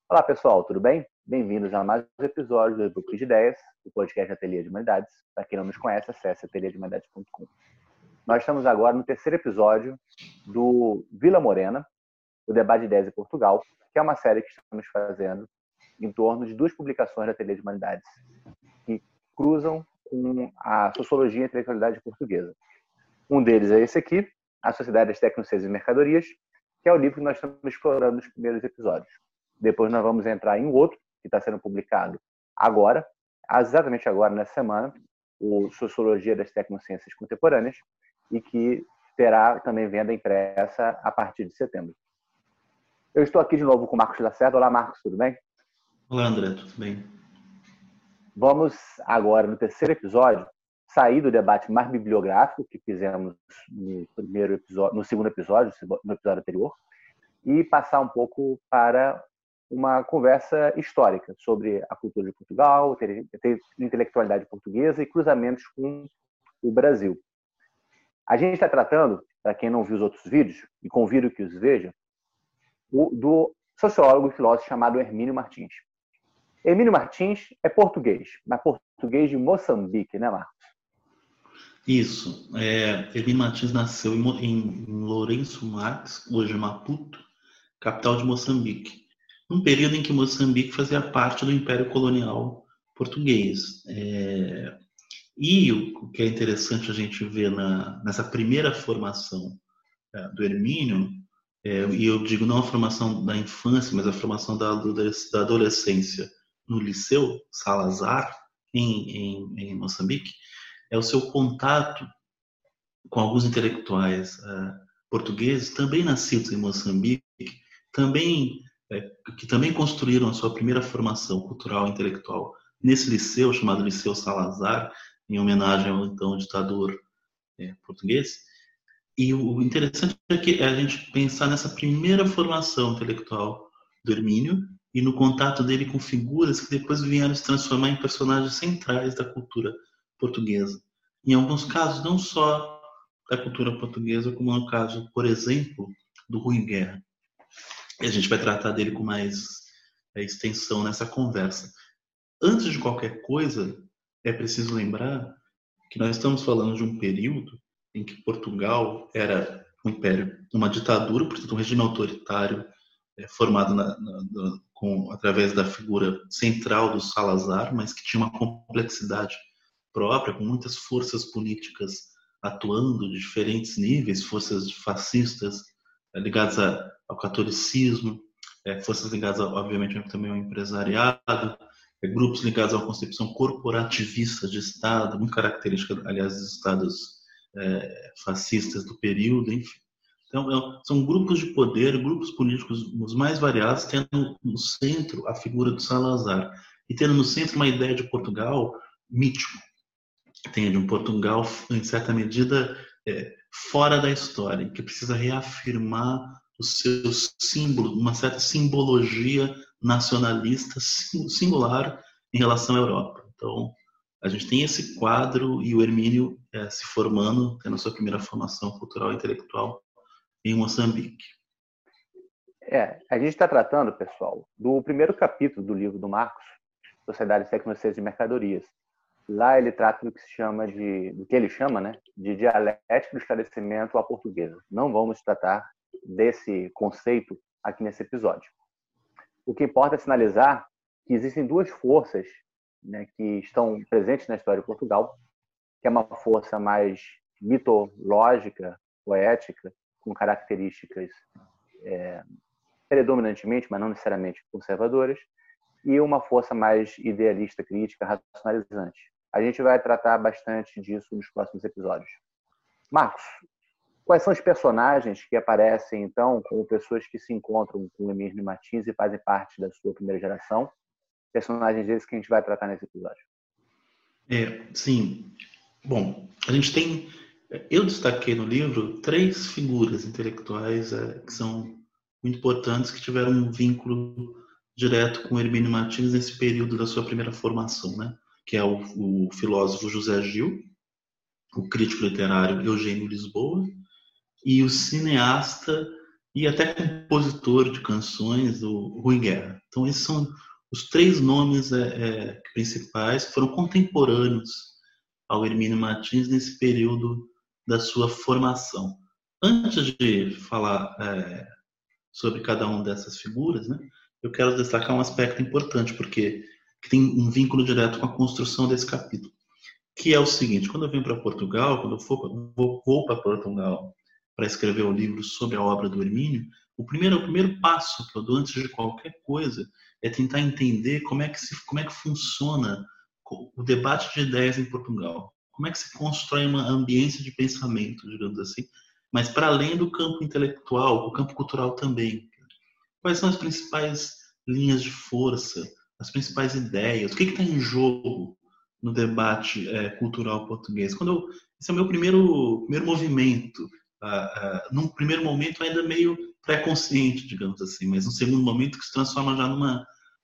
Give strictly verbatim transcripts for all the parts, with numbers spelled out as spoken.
Olá pessoal, tudo bem? Bem-vindos a mais um episódio do E-Book de Ideias, do podcast Ateliê de Humanidades. Para quem não nos conhece, acesse ateliê de humanidades ponto com. Nós estamos agora no terceiro episódio do Vila Morena, o Debate de Ideias em Portugal, que é uma série que estamos fazendo em torno de duas publicações da Ateliê de Humanidades que cruzam com a sociologia e a intelectualidade portuguesa. Um deles é esse aqui, A Sociedade das Tecnologias e Mercadorias, que é o livro que nós estamos explorando nos primeiros episódios. Depois nós vamos entrar em outro, que está sendo publicado agora, exatamente agora, nessa semana, o Sociologia das Tecnociências Contemporâneas, e que terá também venda impressa a partir de setembro. Eu estou aqui de novo com o Marcos Lacerda. Olá, Marcos, tudo bem? Olá, André, tudo bem? Vamos agora, no terceiro episódio, sair do debate mais bibliográfico que fizemos no, primeiro episódio, no segundo episódio, no episódio anterior, e passar um pouco para uma conversa histórica sobre a cultura de Portugal, a intelectualidade portuguesa e cruzamentos com o Brasil. A gente está tratando, para quem não viu os outros vídeos, e convido que os veja, do sociólogo e filósofo chamado Hermínio Martins. Hermínio Martins é português, mas português de Moçambique, né, Marcos? Isso. É, Hermínio Martins nasceu em, em, em Lourenço Marques, hoje Maputo, capital de Moçambique, num período em que Moçambique fazia parte do Império Colonial Português. É, e o que é interessante a gente ver na, nessa primeira formação é, do Hermínio, é, e eu digo não a formação da infância, mas a formação da, da adolescência no Liceu Salazar, em, em, em Moçambique, é o seu contato com alguns intelectuais uh, portugueses, também nascidos em Moçambique, também, é, que também construíram a sua primeira formação cultural e intelectual nesse liceu, chamado Liceu Salazar, em homenagem ao então ditador é, português. E o interessante é que é a gente pensar nessa primeira formação intelectual do Hermínio e no contato dele com figuras que depois vieram se transformar em personagens centrais da cultura portuguesa. Em alguns casos, não só da cultura portuguesa, como no caso, por exemplo, do Rui Guerra. E a gente vai tratar dele com mais é, extensão nessa conversa. Antes de qualquer coisa, é preciso lembrar que nós estamos falando de um período em que Portugal era um império, uma ditadura, portanto, um regime autoritário é, formado na, na, na, com, através da figura central do Salazar, mas que tinha uma complexidade própria, com muitas forças políticas atuando de diferentes níveis, forças fascistas é, ligadas a, ao catolicismo, é, forças ligadas, a, obviamente, também ao empresariado, é, grupos ligados a uma concepção corporativista de Estado, muito característica, aliás, dos Estados é, fascistas do período, enfim. Então, é, são grupos de poder, grupos políticos os mais variados, tendo no centro a figura do Salazar e tendo no centro uma ideia de Portugal mítico, tem de um Portugal, em certa medida, é, fora da história, que precisa reafirmar o seu símbolo, uma certa simbologia nacionalista singular em relação à Europa. Então, a gente tem esse quadro e o Hermínio é, se formando, tendo a sua primeira formação cultural e intelectual em Moçambique. É, a gente está tratando, pessoal, do primeiro capítulo do livro do Marcos, Sociedade de Tecnologias e Mercadorias. Lá ele trata do que se chama de, do que ele chama, né, de dialética do esclarecimento à portuguesa. Não vamos tratar desse conceito aqui nesse episódio. O que importa é sinalizar que existem duas forças, né, que estão presentes na história de Portugal, que é uma força mais mitológica, poética, com características é, predominantemente, mas não necessariamente conservadoras, e uma força mais idealista, crítica, racionalizante. A gente vai tratar bastante disso nos próximos episódios. Marcos, quais são os personagens que aparecem, então, como pessoas que se encontram com o Hermínio Martins e fazem parte da sua primeira geração? Personagens desses que a gente vai tratar nesse episódio. É, sim. Bom, a gente tem... Eu destaquei no livro três figuras intelectuais é, que são muito importantes, que tiveram um vínculo direto com Hermínio Martins nesse período da sua primeira formação, né? Que é o, o filósofo José Gil, o crítico literário Eugênio Lisboa e o cineasta e até compositor de canções, o Rui Guerra. Então, esses são os três nomes é, é, principais que foram contemporâneos ao Hermínio Martins nesse período da sua formação. Antes de falar é, sobre cada uma dessas figuras, né, eu quero destacar um aspecto importante, porque tem um vínculo direto com a construção desse capítulo, que é o seguinte: quando eu venho para Portugal, quando eu for, vou, vou para Portugal para escrever o livro sobre a obra do Hermínio, o primeiro, o primeiro passo que eu dou antes de qualquer coisa é tentar entender como é que, se, como é que funciona o debate de ideias em Portugal. Como é que se constrói uma ambiência de pensamento, digamos assim, mas para além do campo intelectual, o campo cultural também. Quais são as principais linhas de força, as principais ideias? O que está em jogo no debate é, cultural português? Quando eu, esse é o meu primeiro, primeiro movimento. Uh, uh, num primeiro momento ainda meio pré-consciente, digamos assim, mas num segundo momento que se transforma já numa,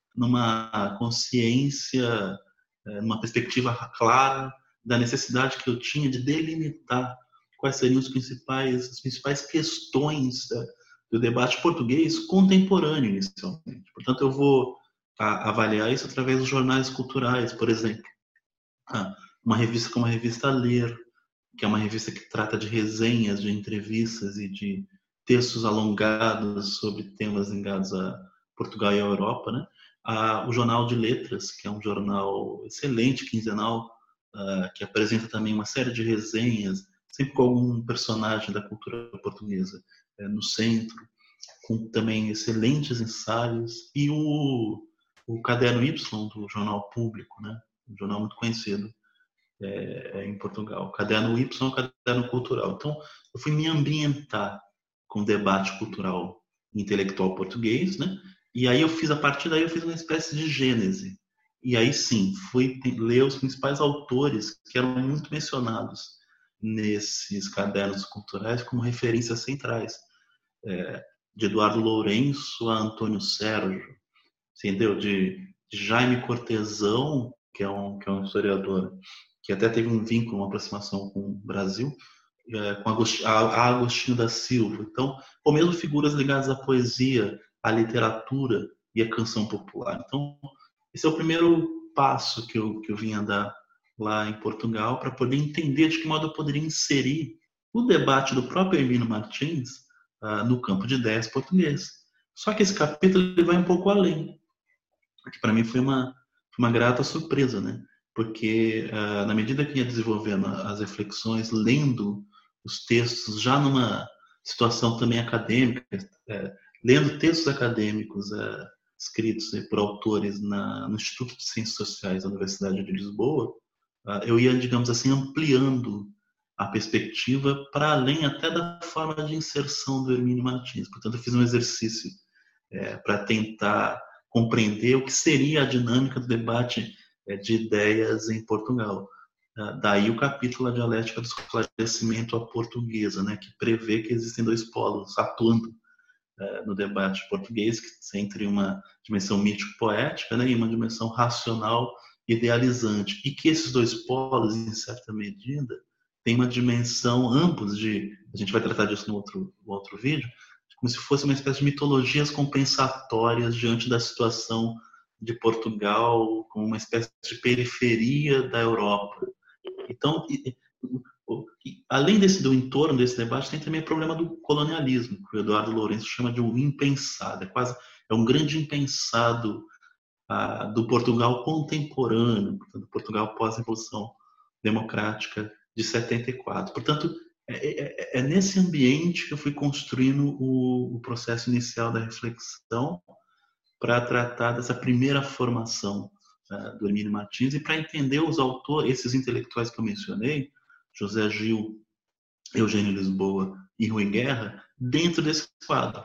numa consciência, uh, numa perspectiva clara da necessidade que eu tinha de delimitar quais seriam os principais, as principais questões uh, do debate português contemporâneo, inicialmente. Portanto, eu vou a, avaliar isso através dos jornais culturais, por exemplo. Ah, uma revista como a revista Ler, que é uma revista que trata de resenhas, de entrevistas e de textos alongados sobre temas ligados a Portugal e a Europa, né? Ah, o Jornal de Letras, que é um jornal excelente, quinzenal, ah, que apresenta também uma série de resenhas, sempre com algum personagem da cultura portuguesa é, no centro, com também excelentes ensaios, e o, o Caderno Y, do Jornal Público, né? Um jornal muito conhecido é, em Portugal. O Caderno Y é um caderno cultural. Então, eu fui me ambientar com o debate cultural intelectual português, né? E aí eu fiz, a partir daí, eu fiz uma espécie de gênese. E aí sim, fui ler os principais autores que eram muito mencionados nesses cadernos culturais como referências centrais. É, de Eduardo Lourenço a Antônio Sérgio, entendeu? De, de Jaime Cortesão, que é, um, que é um historiador que até teve um vínculo, uma aproximação com o Brasil, é, com Agostinho, a, a Agostinho da Silva. Então, ou mesmo figuras ligadas à poesia, à literatura e à canção popular. Então, esse é o primeiro passo que eu, que eu vim dar lá em Portugal para poder entender de que modo eu poderia inserir o debate do próprio Hermínio Martins uh, no campo de ideias português. Só que esse capítulo ele vai um pouco além, que para mim foi uma, uma grata surpresa, né? Porque uh, na medida que ia desenvolvendo as reflexões, lendo os textos, já numa situação também acadêmica, uh, lendo textos acadêmicos uh, escritos uh, por autores na, no Instituto de Ciências Sociais da Universidade de Lisboa, uh, eu ia, digamos assim, ampliando a perspectiva para além até da forma de inserção do Hermínio Martins. Portanto, eu fiz um exercício uh, para tentar compreender o que seria a dinâmica do debate de ideias em Portugal. Daí o capítulo A Dialética do Esclarecimento à Portuguesa, né, que prevê que existem dois polos atuando no debate português, que entre uma dimensão mítico-poética, né, e uma dimensão racional idealizante, e que esses dois polos, em certa medida, têm uma dimensão ambos de, a gente vai tratar disso no outro, no outro vídeo, como se fosse uma espécie de mitologias compensatórias diante da situação de Portugal, como uma espécie de periferia da Europa. Então, e, e, além desse do entorno desse debate, tem também o problema do colonialismo, que o Eduardo Lourenço chama de um impensado, é quase é um grande impensado ah, do Portugal contemporâneo, portanto, Portugal pós-revolução democrática de setenta e quatro. Portanto, é, é, é nesse ambiente que eu fui construindo o, o processo inicial da reflexão para tratar dessa primeira formação uh, do Hermínio Martins e para entender os autores, esses intelectuais que eu mencionei, José Gil, Eugênio Lisboa e Rui Guerra, dentro desse quadro.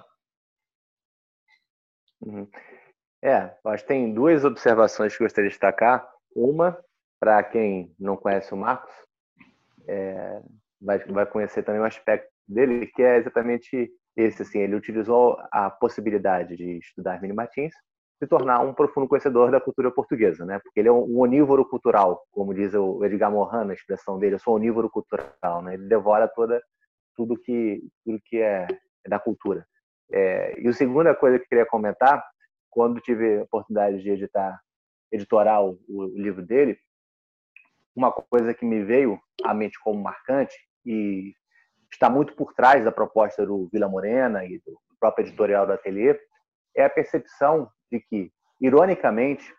Uhum. É, acho que tem duas observações que eu gostaria de destacar. Uma, para quem não conhece o Marcos, é, vai, vai conhecer também um aspecto dele, que é exatamente esse. Assim, ele utilizou a possibilidade de estudar Hermínio Martins se tornar um profundo conhecedor da cultura portuguesa, né? Porque ele é um onívoro cultural, como diz o Edgar Morin, na expressão dele, eu sou onívoro cultural, né? Ele devora toda, tudo que, tudo que é, é da cultura. É, e a segunda coisa que eu queria comentar, quando tive a oportunidade de editar, editorar o, o livro dele, uma coisa que me veio à mente como marcante e está muito por trás da proposta do Vila Morena e do próprio editorial do Ateliê, é a percepção de que, ironicamente,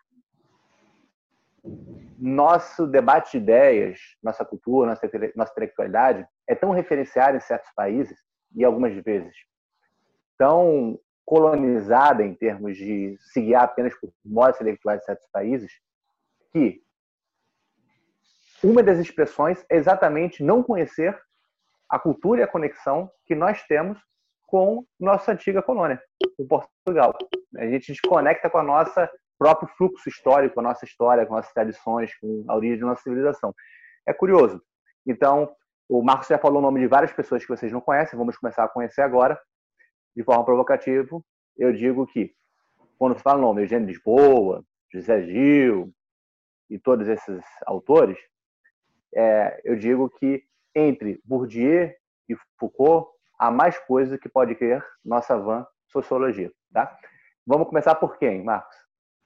nosso debate de ideias, nossa cultura, nossa, nossa intelectualidade é tão referenciada em certos países, e algumas vezes tão colonizada em termos de se guiar apenas por modos intelectuais de certos países, que uma das expressões é exatamente não conhecer a cultura e a conexão que nós temos com nossa antiga colônia, com Portugal. A gente desconecta com a nossa próprio fluxo histórico, com a nossa história, com nossas tradições, com a origem da nossa civilização. É curioso. Então, o Marcos já falou o nome de várias pessoas que vocês não conhecem, vamos começar a conhecer agora. De forma provocativa, eu digo que, quando se fala o nome Eugênio Lisboa, José Gil e todos esses autores, é, eu digo que entre Bourdieu e Foucault há mais coisa que pode crer nossa van sociologia. Tá? Vamos começar por quem, Marcos?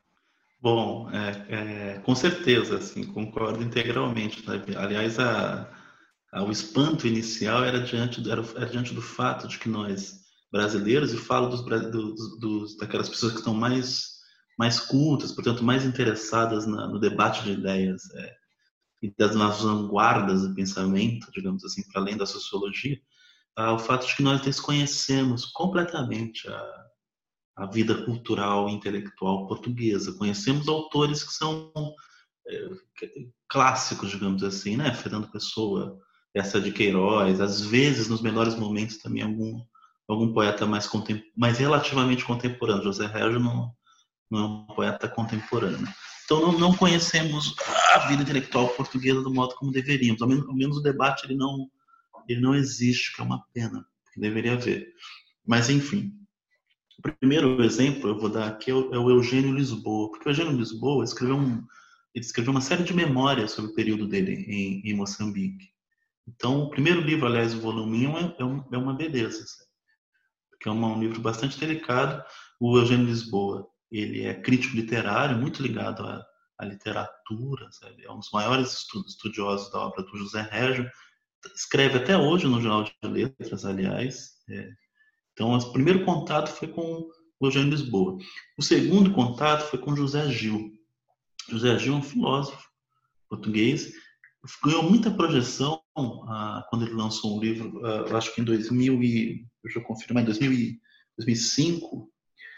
Bom, é, é, com certeza, assim, concordo integralmente. Né? Aliás, a, a, o espanto inicial era diante, era, era diante do fato de que nós, brasileiros, e falo dos, dos, dos, daquelas pessoas que estão mais, mais cultas, portanto, mais interessadas na, no debate de ideias é, e das nas vanguardas do pensamento, digamos assim, para além da sociologia, ah, o fato de que nós desconhecemos completamente a a vida cultural e intelectual portuguesa. Conhecemos autores que são é, clássicos, digamos assim, né? Fernando Pessoa, Eça de Queiroz, às vezes, nos melhores momentos, também algum, algum poeta mais, contem mais relativamente contemporâneo. José Régio não, não é um poeta contemporâneo. Então, não, não conhecemos a vida intelectual portuguesa do modo como deveríamos. Ao menos, ao menos o debate ele não, ele não existe, que é uma pena, que deveria haver. Mas, enfim. O primeiro exemplo eu vou dar aqui é o, é o Eugênio Lisboa, porque o Eugênio Lisboa escreveu, um, ele escreveu uma série de memórias sobre o período dele em, em Moçambique. Então, o primeiro livro, aliás, o volume um, é, é, um, é uma beleza, sabe? Porque é um, um livro bastante delicado. O Eugênio Lisboa, ele é crítico literário, muito ligado à, à literatura, sabe? É um dos maiores estudiosos da obra do José Régio. Escreve até hoje no Jornal de Letras, aliás. É, Então, o primeiro contato foi com o Eugênio Lisboa. O segundo contato foi com José Gil. José Gil é um filósofo português, ganhou muita projeção ah, quando ele lançou um livro, ah, acho que em dois mil e, deixa eu confirmar, em dois mil e, dois mil e cinco,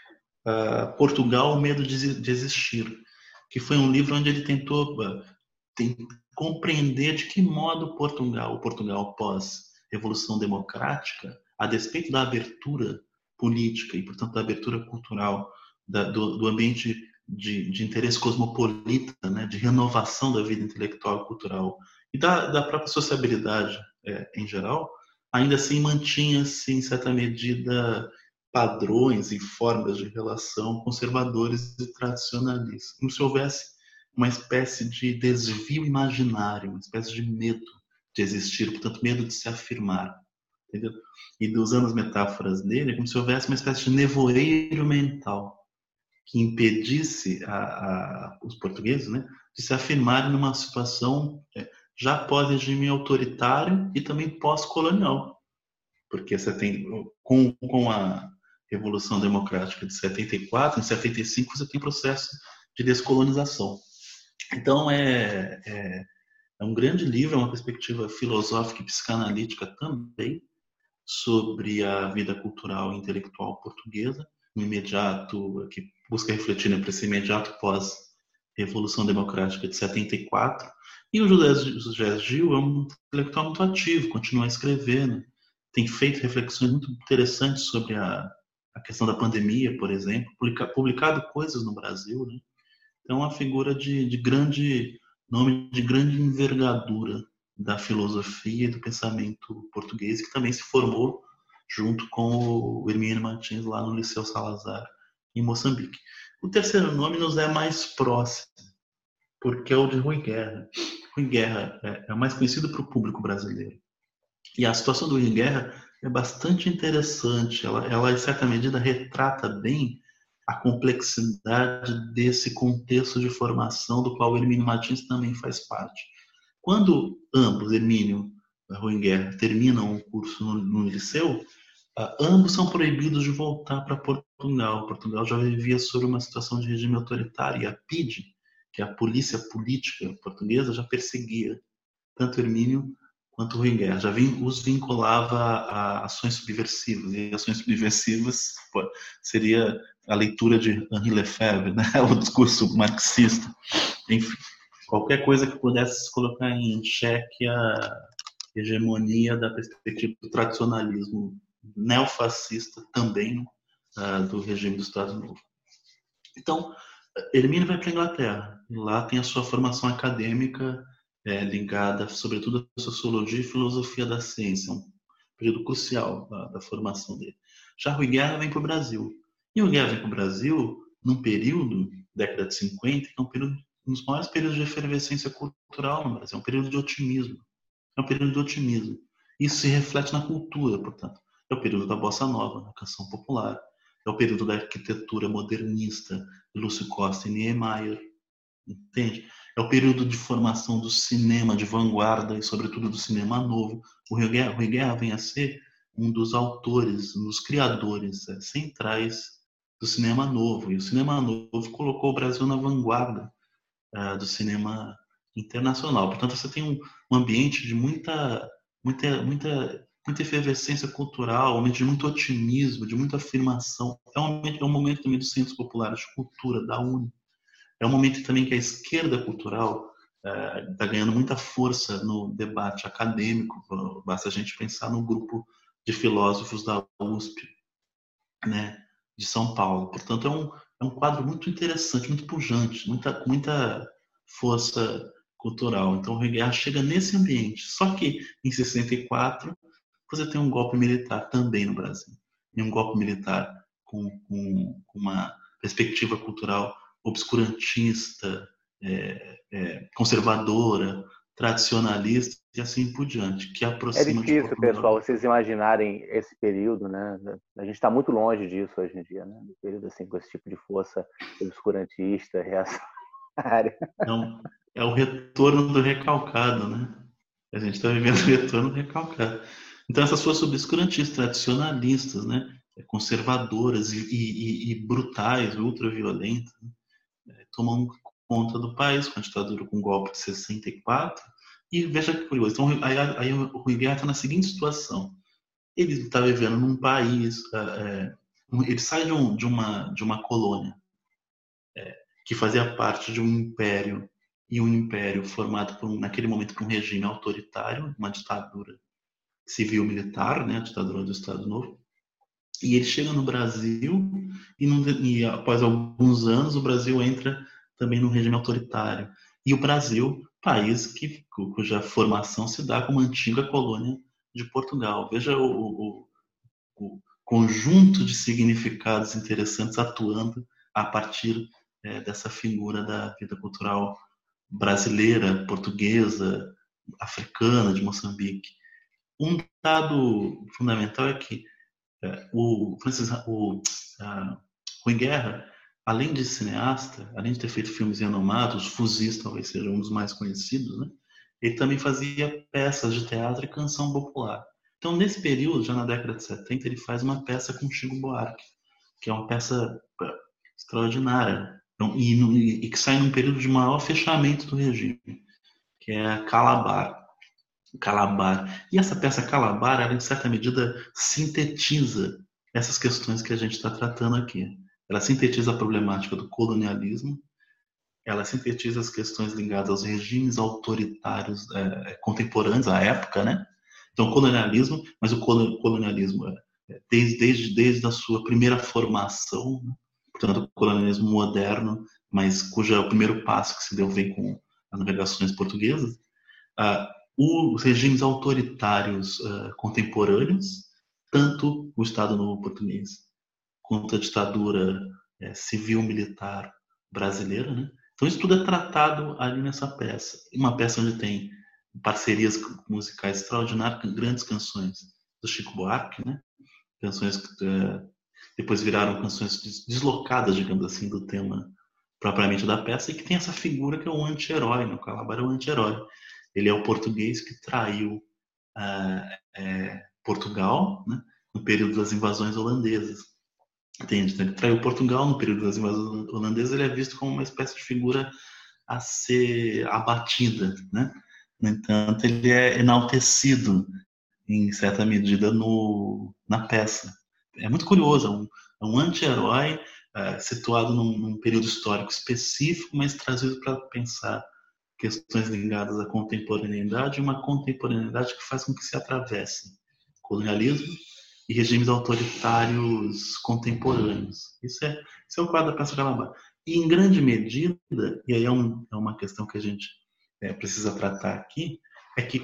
ah, Portugal, o Medo de Existir, que foi um livro onde ele tentou ah, tem, compreender de que modo Portugal, o Portugal pós-Revolução Democrática, a despeito da abertura política e, portanto, da abertura cultural, da, do, do ambiente de, de interesse cosmopolita, né, de renovação da vida intelectual e cultural e da, da própria sociabilidade é, em geral, ainda assim mantinha-se, em certa medida, padrões e formas de relação conservadores e tradicionalistas, como se houvesse uma espécie de desvio imaginário, uma espécie de medo de existir, portanto, medo de se afirmar. Entendeu? E usando as metáforas dele, é como se houvesse uma espécie de nevoeiro mental que impedisse a, a, os portugueses, né, de se afirmarem numa situação é, já pós-regime autoritário e também pós-colonial. Porque você tem, com, com a Revolução Democrática de setenta e quatro, em setenta e cinco você tem processo de descolonização. Então, é, é, é um grande livro, é uma perspectiva filosófica e psicanalítica também, sobre a vida cultural e intelectual portuguesa, no imediato, que busca refletir para esse imediato pós-Revolução Democrática de setenta e quatro. E o José, José Gil é um intelectual muito ativo, continua a escrever, né? Tem feito reflexões muito interessantes sobre a, a questão da pandemia, por exemplo, publica, publicado coisas no Brasil, né? Então, é uma figura de, de grande nome, de grande envergadura da filosofia e do pensamento português, que também se formou junto com o Hermínio Martins lá no Liceu Salazar, em Moçambique. O terceiro nome nos é mais próximo, porque é o de Rui Guerra. Rui Guerra é, é mais conhecido para o público brasileiro. E a situação do Rui Guerra é bastante interessante. Ela, ela, em certa medida, retrata bem a complexidade desse contexto de formação do qual o Hermínio Martins também faz parte. Quando ambos, Hermínio e Ruy terminam o curso no, no liceu, uh, ambos são proibidos de voltar para Portugal. Portugal já vivia sob uma situação de regime autoritário e a P I D, que é a Polícia Política Portuguesa, já perseguia tanto Hermínio quanto Ruy já vim, os vinculava a ações subversivas. E ações subversivas pô, seria a leitura de Henri Lefebvre, né? O discurso marxista. Enfim, qualquer coisa que pudesse colocar em xeque a hegemonia da perspectiva do tradicionalismo neofascista também uh, do regime do Estado Novo. Então, Hermínio vai para a Inglaterra. Lá tem a sua formação acadêmica é, ligada, sobretudo, à sociologia e filosofia da ciência. Um período crucial da, da formação dele. Já Ruy Guerra vem para o Brasil. E o Guerra vem para o Brasil num período, década de cinquenta, que é um, período, um dos maiores períodos de efervescência cultural no Brasil. É um período de otimismo. É um período de otimismo. Isso se reflete na cultura, portanto. É o período da bossa nova, da canção popular. É o período da arquitetura modernista, de Lúcio Costa e Niemeyer, entende? É o período de formação do cinema de vanguarda e, sobretudo, do cinema novo. O Ruy Guerra, Ruy Guerra vem a ser um dos autores, um dos criadores é, centrais do cinema novo. E o cinema novo colocou o Brasil na vanguarda é, do cinema internacional. Portanto, você tem um, um ambiente de muita, muita, muita muita efervescência cultural, um momento de muito otimismo, de muita afirmação. É um momento, é um momento também dos centros populares de cultura, da U N. É um momento também que a esquerda cultural está é, ganhando muita força no debate acadêmico. Basta a gente pensar no grupo de filósofos da U S P, né, de São Paulo. Portanto, é um, é um quadro muito interessante, muito pujante, muita, muita força cultural. Então, o Ruy Guerra chega nesse ambiente. Só que, em sessenta e quatro, você tem um golpe militar também no Brasil. E um golpe militar com, com, com uma perspectiva cultural obscurantista, é, é, conservadora, tradicionalista e assim por diante, que aproxima É difícil, de pessoal, vocês imaginarem esse período, né? A gente está muito longe disso hoje em dia, né? Do período assim, com esse tipo de força obscurantista, reacionária. Então, é o retorno do recalcado, né? A gente está vivendo o retorno do recalcado. Então, essas forças obscurantistas, tradicionalistas, né, conservadoras e, e, e brutais, ultraviolentas, né, tomam conta do país com a ditadura, com o golpe de sessenta e quatro. E veja que curioso, então, aí, aí o Ruy Guerra está na seguinte situação. Ele está vivendo num país, é, ele sai de, um, de, uma, de uma colônia é, que fazia parte de um império, e um império formado, por um, naquele momento, por um regime autoritário, uma ditadura civil-militar, né, a ditadura do Estado Novo, e ele chega no Brasil e, não, e após alguns anos o Brasil entra também no regime autoritário. E o Brasil, país que, cuja formação se dá como antiga colônia de Portugal. Veja o, o, o conjunto de significados interessantes atuando a partir é, dessa figura da vida cultural brasileira, portuguesa, africana, de Moçambique. Um dado fundamental é que é, o, Francis, o uh, Ruy Guerra, além de cineasta, além de ter feito filmes renomados, Fuzis talvez seja um dos mais conhecidos, né? Ele também fazia peças de teatro e canção popular. Então, nesse período, já na década de setenta, ele faz uma peça com Chico Buarque, que é uma peça extraordinária, então, e, no, e que sai num período de maior fechamento do regime, que é a Calabar. Calabar. E essa peça Calabar, ela, em certa medida, sintetiza essas questões que a gente está tratando aqui. Ela sintetiza a problemática do colonialismo, ela sintetiza as questões ligadas aos regimes autoritários é, contemporâneos à época, né? Então, o colonialismo, mas o colonialismo é, desde, desde, desde a sua primeira formação, né? Portanto, o colonialismo moderno, mas cujo o primeiro passo que se deu vem com as navegações portuguesas, ah, os regimes autoritários uh, contemporâneos, tanto o Estado Novo Português quanto a ditadura é, civil-militar brasileira, né? Então isso tudo é tratado ali nessa peça. Uma peça onde tem parcerias musicais extraordinárias, grandes canções do Chico Buarque, né? Canções que é, depois viraram canções deslocadas, digamos assim, do tema propriamente da peça, e que tem essa figura que é o anti-herói, né? O Calabar é o anti-herói. Ele é o português que traiu é, é, Portugal, né? No período das invasões holandesas. Entende? Então, ele traiu Portugal no período das invasões holandesas, ele é visto como uma espécie de figura a ser abatida, né? No entanto, ele é enaltecido em certa medida no, na peça. É muito curioso, é um, é um anti-herói é, situado num, num período histórico específico, mas trazido para pensar questões ligadas à contemporaneidade, e uma contemporaneidade que faz com que se atravessem colonialismo e regimes autoritários contemporâneos. Isso é, isso é o quadro da Peça Calabar. E, em grande medida, e aí é, um, é uma questão que a gente é, precisa tratar aqui, é que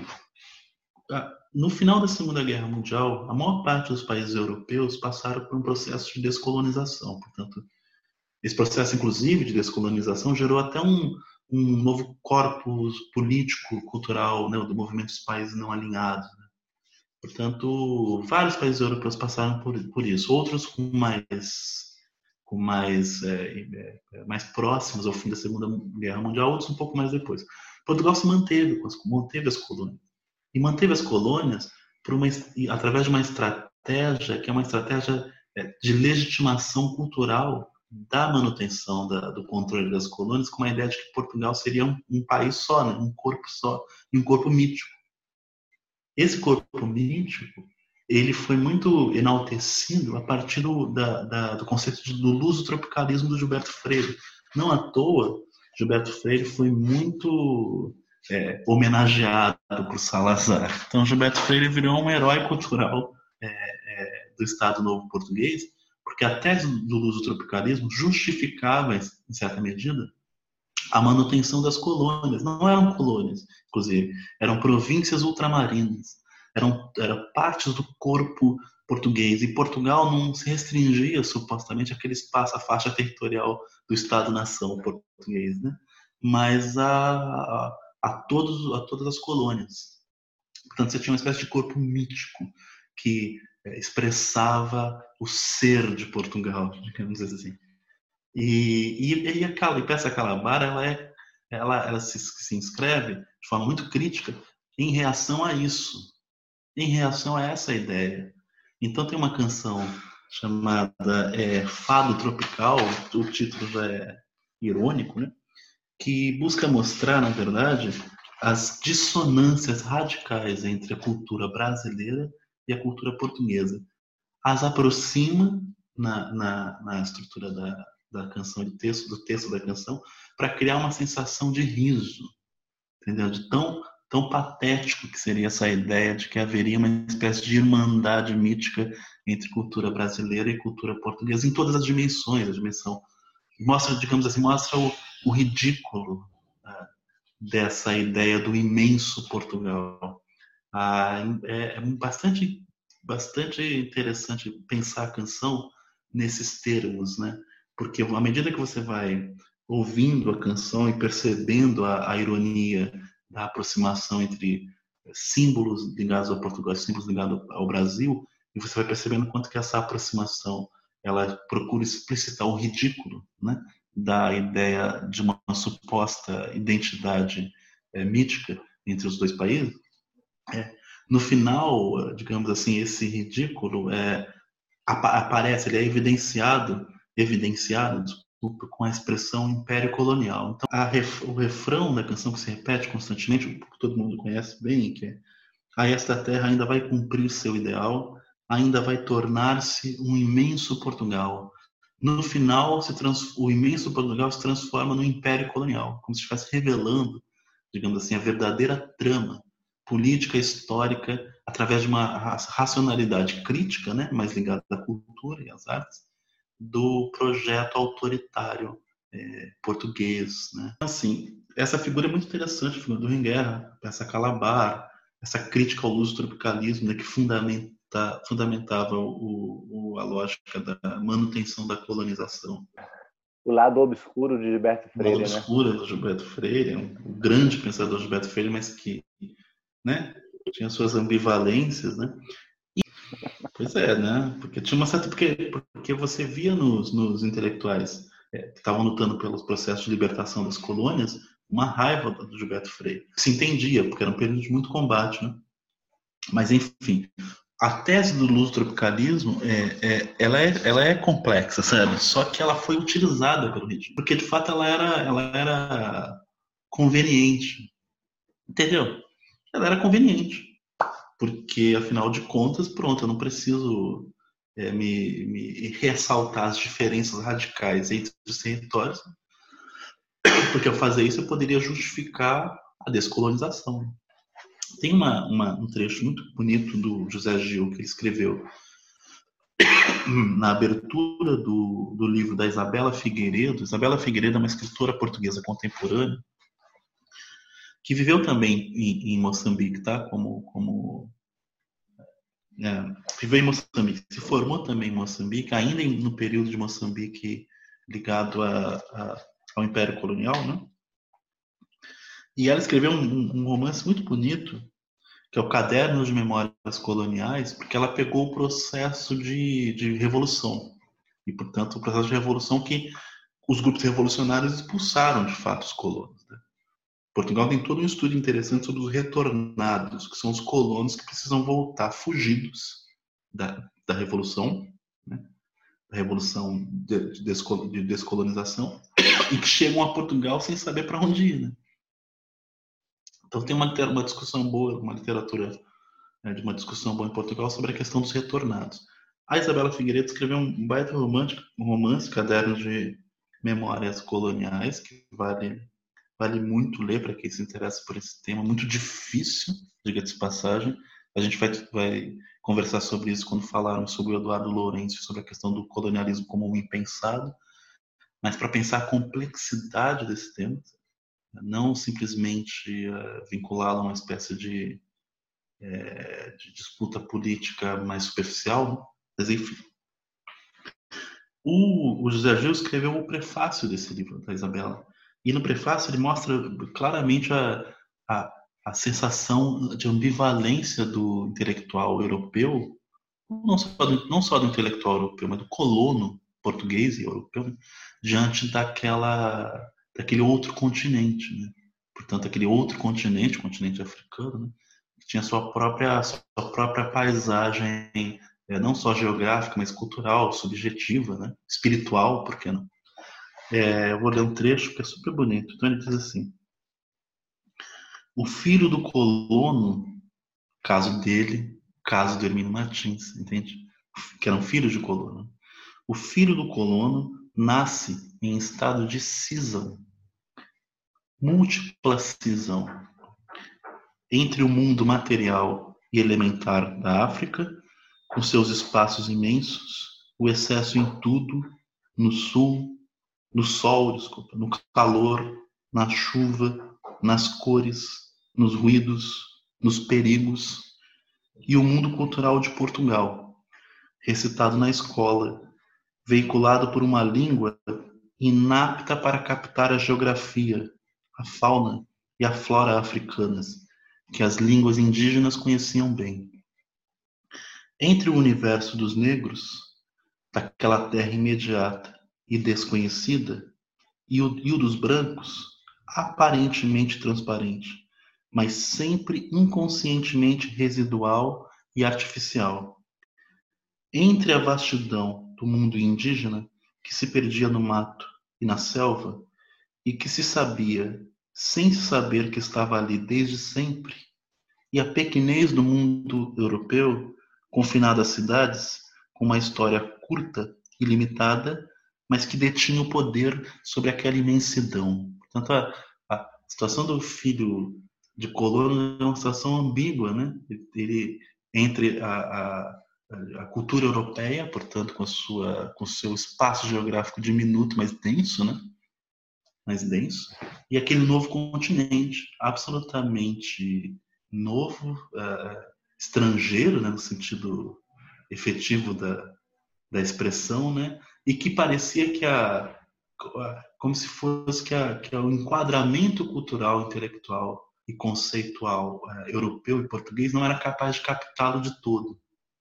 no final da Segunda Guerra Mundial, a maior parte dos países europeus passaram por um processo de descolonização. Portanto, esse processo, inclusive, de descolonização gerou até um, um novo corpus político, cultural, né, do movimento dos países não alinhados. Né? Portanto, vários países europeus passaram por, por isso. Outros com mais, com mais, é, é, mais próximos ao fim da Segunda Guerra Mundial, outros um pouco mais depois. Portugal se manteve, manteve as colônias. E manteve as colônias por uma, através de uma estratégia que é uma estratégia de legitimação cultural da manutenção da, do controle das colônias, com a ideia de que Portugal seria um, um país só, né? Um corpo só, e um corpo mítico. Esse corpo mítico ele foi muito enaltecido a partir do, da, da, do conceito de, do luso-tropicalismo do Gilberto Freire. Não à toa, Gilberto Freire foi muito... É, homenageado por Salazar. Então, Gilberto Freire virou um herói cultural é, é, do Estado Novo Português, porque a tese do luso-tropicalismo justificava, em certa medida, a manutenção das colônias. Não eram colônias, inclusive, eram províncias ultramarinas, eram, eram partes do corpo português, e Portugal não se restringia, supostamente, àquele espaço, a faixa territorial do Estado-nação português, né? Mas a... a A, todos, a todas as colônias. Portanto, você tinha uma espécie de corpo mítico que é, expressava o ser de Portugal, digamos assim. E, e, e a, a Peça Calabar, ela, é, ela, ela se, se inscreve de forma muito crítica em reação a isso, em reação a essa ideia. Então, tem uma canção chamada é, Fado Tropical, o título já é irônico, né? Que busca mostrar, na verdade, as dissonâncias radicais entre a cultura brasileira e a cultura portuguesa. As aproxima na, na, na estrutura da, da canção, do texto, do texto da canção, para criar uma sensação de riso, entendeu? De tão, tão patético que seria essa ideia de que haveria uma espécie de irmandade mítica entre cultura brasileira e cultura portuguesa, em todas as dimensões, a dimensão mostra, digamos assim, mostra o, o ridículo ah, dessa ideia do imenso Portugal. Ah, é, é bastante, bastante interessante pensar a canção nesses termos, né? Porque à medida que você vai ouvindo a canção e percebendo a, a ironia da aproximação entre símbolos ligados ao Portugal e símbolos ligados ao Brasil, e você vai percebendo quanto que essa aproximação ela procura explicitar o ridículo, né, da ideia de uma suposta identidade é, mítica entre os dois países. É, no final, digamos assim, esse ridículo é, aparece, ele é evidenciado, evidenciado, desculpa, com a expressão império colonial. Então, a ref, o refrão da canção que se repete constantemente, que todo mundo conhece bem, que é: a esta terra ainda vai cumprir seu ideal, ainda vai tornar-se um imenso Portugal. No final, se trans... o imenso Portugal se transforma no império colonial, como se estivesse revelando, digamos assim, a verdadeira trama política histórica através de uma racionalidade crítica, né, mais ligada à cultura e às artes, do projeto autoritário é, português, né? Assim, essa figura é muito interessante, a figura do Ringuerra, essa Calabar, essa crítica ao luso-tropicalismo, né, que fundamenta, fundamentava o, o, a lógica da manutenção da colonização. O lado obscuro de Gilberto Freire, o lado obscuro né? do Gilberto Freire, um grande pensador Gilberto Freire, mas que, né, tinha suas ambivalências, né? Pois é, né? Porque tinha uma certa. Porque, porque você via nos, nos intelectuais é, que estavam lutando pelos processos de libertação das colônias uma raiva do Gilberto Freire. Se entendia, porque era um período de muito combate, né? Mas, enfim, a tese do lusotropicalismo é, é, ela, é, ela é complexa, sabe? Só que ela foi utilizada pelo regime. Porque, de fato, ela era, ela era conveniente. Entendeu? Ela era conveniente. Porque, afinal de contas, pronto, eu não preciso é, me, me ressaltar as diferenças radicais entre os territórios, porque ao fazer isso eu poderia justificar a descolonização. Tem uma, uma, um trecho muito bonito do José Gil que ele escreveu na abertura do, do livro da Isabela Figueiredo. Isabela Figueiredo é uma escritora portuguesa contemporânea que viveu também em, em Moçambique, tá? Como, como é, viveu em Moçambique, se formou também em Moçambique, ainda no período de Moçambique ligado a, a, ao Império Colonial, né? E ela escreveu um, um romance muito bonito, que é o Caderno de Memórias Coloniais, porque ela pegou o processo de, de revolução. E, portanto, o processo de revolução que os grupos revolucionários expulsaram, de fato, os colonos. Né? Portugal tem todo um estudo interessante sobre os retornados, que são os colonos que precisam voltar fugidos da, da revolução, né? Da revolução de, de, de descolonização, e que chegam a Portugal sem saber para onde ir. Né? Então tem uma, uma discussão boa, uma literatura né, de uma discussão boa em Portugal sobre a questão dos retornados. A Isabela Figueiredo escreveu um baita romântico, um romance, Caderno de Memórias Coloniais, que vale, vale muito ler para quem se interessa por esse tema, muito difícil, diga-se de passagem. A gente vai, vai conversar sobre isso quando falarmos sobre o Eduardo Lourenço, sobre a questão do colonialismo como um impensado, mas para pensar a complexidade desse tema, não simplesmente uh, vinculá-lo a uma espécie de, é, de disputa política mais superficial, mas enfim. O, o José Gil escreveu o prefácio desse livro, da Isabela, e no prefácio ele mostra claramente a, a, a sensação de ambivalência do intelectual europeu, não só do, não só do intelectual europeu, mas do colono português e europeu, diante daquela... daquele outro continente, né? Portanto, aquele outro continente, o continente africano, né? Que tinha sua própria, sua própria paisagem, é, não só geográfica, mas cultural, subjetiva, né? Espiritual, por que não? É, eu vou ler um trecho que é super bonito. Então ele diz assim: o filho do colono, caso dele, caso do Hermínio Martins, entende? Que era um filho de colono. O filho do colono nasce em estado de cisão, múltipla cisão entre o mundo material e elementar da África, com seus espaços imensos, o excesso em tudo, no sul, no sol, desculpa, no calor, na chuva, nas cores, nos ruídos, nos perigos, e o mundo cultural de Portugal, recitado na escola, veiculado por uma língua inapta para captar a geografia, a fauna e a flora africanas, que as línguas indígenas conheciam bem. Entre o universo dos negros, daquela terra imediata e desconhecida, e o, e o dos brancos, aparentemente transparente, mas sempre inconscientemente residual e artificial. Entre a vastidão do mundo indígena, que se perdia no mato e na selva, e que se sabia, sem saber que estava ali desde sempre, e a pequenez do mundo europeu, confinado às cidades, com uma história curta e limitada, mas que detinha o poder sobre aquela imensidão. Portanto, a, a situação do filho de colono é uma situação ambígua, né? Ele, entre a, a, a cultura europeia, portanto, com, a sua, com o seu espaço geográfico diminuto, mas denso, né? mais denso, e aquele novo continente, absolutamente novo, uh, estrangeiro, né, no sentido efetivo da, da expressão, né, e que parecia que a, a como se fosse que, a, que o enquadramento cultural, intelectual e conceitual uh, europeu e português não era capaz de captá-lo de todo.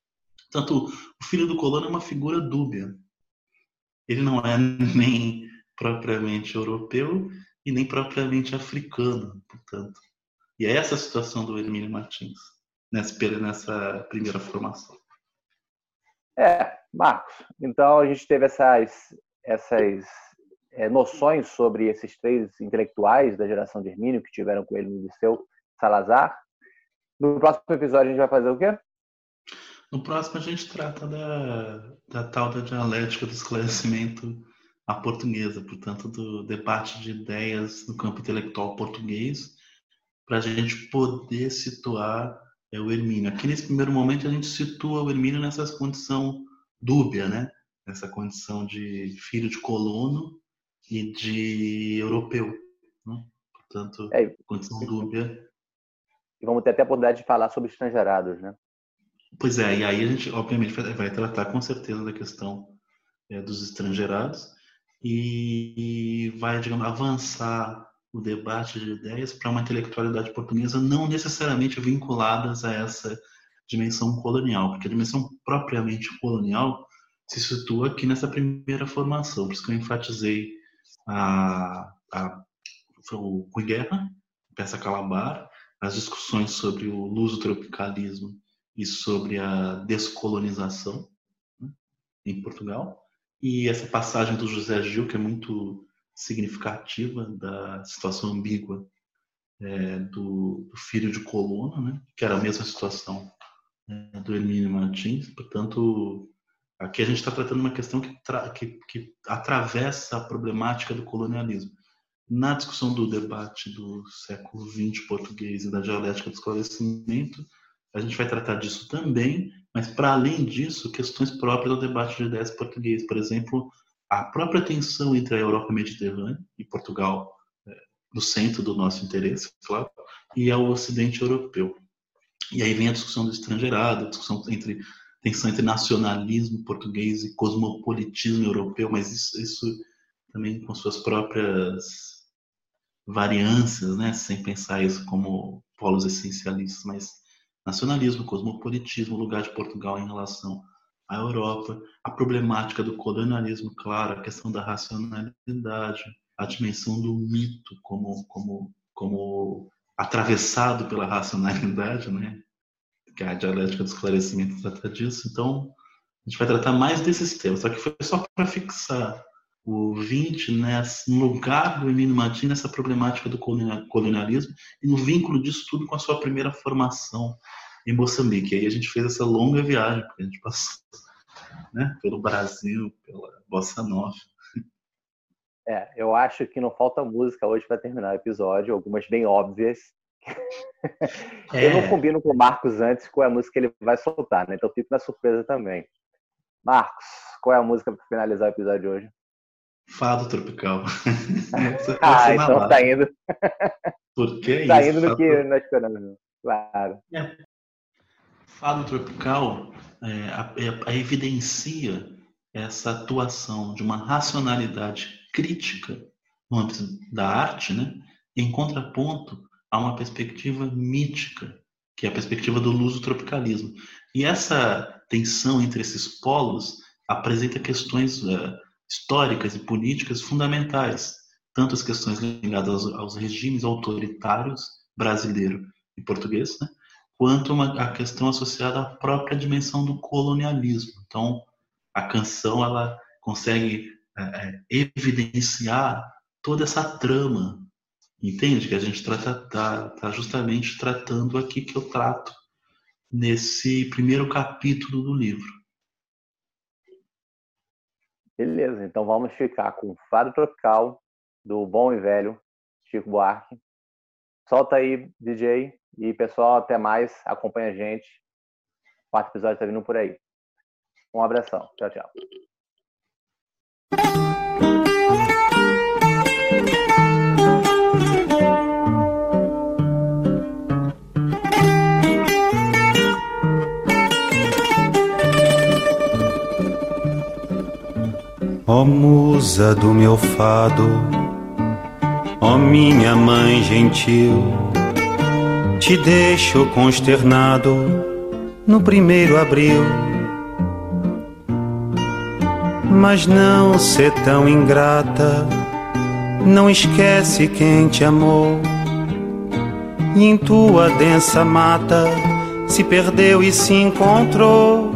Portanto, o filho do colono é uma figura dúbia. Ele não é nem propriamente europeu e nem propriamente africano, portanto. E é essa a situação do Hermínio Martins, nessa, nessa primeira formação. É, Marcos, então a gente teve essas, essas é, noções sobre esses três intelectuais da geração de Hermínio que tiveram com ele no Liceu Salazar. No próximo episódio a gente vai fazer o quê? No próximo a gente trata da, da tal da dialética do esclarecimento à portuguesa, portanto do debate de ideias no campo intelectual português, para a gente poder situar é, o Hermínio. Aqui nesse primeiro momento a gente situa o Hermínio nessa condição dúbia, né? Nessa condição de filho de colono e de europeu, né? Portanto, é, condição dúbia. E vamos ter até a oportunidade de falar sobre estrangeirados, né? Pois é, e aí a gente, obviamente, vai, vai tratar com certeza da questão é, dos estrangeirados e vai, digamos, avançar o debate de ideias para uma intelectualidade portuguesa não necessariamente vinculadas a essa dimensão colonial, porque a dimensão propriamente colonial se situa aqui nessa primeira formação, por isso que eu enfatizei a, a, o Rui Guerra, Peça Calabar, as discussões sobre o luso-tropicalismo e sobre a descolonização, né, em Portugal, e essa passagem do José Gil, que é muito significativa da situação ambígua é, do, do filho de colono, né, que era a mesma situação é, do Hermínio Martins. Portanto, aqui a gente está tratando uma questão que, tra- que, que atravessa a problemática do colonialismo. Na discussão do debate do século vinte português e da dialética do esclarecimento, a gente vai tratar disso também, mas, para além disso, questões próprias do debate de ideias português. Por exemplo, a própria tensão entre a Europa mediterrânea e Portugal, é, no centro do nosso interesse, claro, e ao Ocidente europeu. E aí vem a discussão do estrangeirado, a discussão entre tensão entre nacionalismo português e cosmopolitismo europeu, mas isso, isso também com suas próprias variâncias, né, sem pensar isso como polos essencialistas, mas nacionalismo, cosmopolitismo, o lugar de Portugal em relação à Europa, a problemática do colonialismo, claro, a questão da racionalidade, a dimensão do mito como, como, como atravessado pela racionalidade, né, que a dialética do esclarecimento trata disso. Então, a gente vai tratar mais desses temas, só que foi só para fixar o vinte, né, no lugar do Hermínio Martins nessa problemática do colonialismo e no vínculo disso tudo com a sua primeira formação em Moçambique. E aí a gente fez essa longa viagem, porque a gente passou, né, pelo Brasil, pela Bossa Nova. É, eu acho que não falta música hoje para terminar o episódio, algumas bem óbvias. É. Eu não combino com o Marcos antes qual é a música que ele vai soltar, né? Então fico na surpresa também. Marcos, qual é a música para finalizar o episódio de hoje? Fado Tropical. Ah, então tá indo. Por que tá isso? indo no que nós esperamos, claro. É. Fado Tropical é, a, a, a evidencia essa atuação de uma racionalidade crítica no âmbito da arte, né, em contraponto a uma perspectiva mítica, que é a perspectiva do luso-tropicalismo. E essa tensão entre esses polos apresenta questões uh, históricas e políticas fundamentais, tanto as questões ligadas aos, aos regimes autoritários brasileiro e português, né, quanto uma, a questão associada à própria dimensão do colonialismo. Então, a canção ela consegue é, evidenciar toda essa trama, entende? Que a gente está tá, tá justamente tratando aqui, que eu trato nesse primeiro capítulo do livro. Beleza, então vamos ficar com o Fado Tropical, do bom e velho Chico Buarque. Solta aí, D J, e pessoal, até mais, acompanha a gente. O quarto episódio está vindo por aí. Um abração, tchau, tchau. Ó musa do meu fado, ó minha mãe gentil, te deixo consternado no primeiro abril mas não ser tão ingrata. Não esquece quem te amou, e em tua densa mata se perdeu e se encontrou.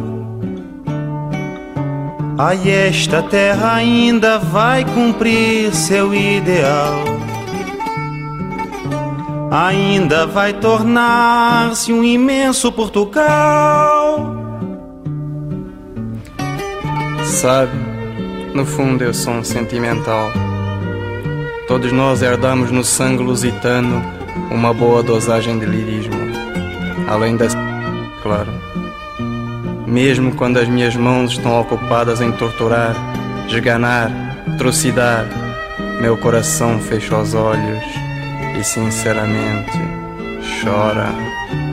Ai, esta terra ainda vai cumprir seu ideal, ainda vai tornar-se um imenso Portugal. Sabe, no fundo eu sou um sentimental. Todos nós herdamos no sangue lusitano uma boa dosagem de lirismo, além das... claro. Mesmo quando as minhas mãos estão ocupadas em torturar, esganar, trucidar, meu coração fecha os olhos e sinceramente chora.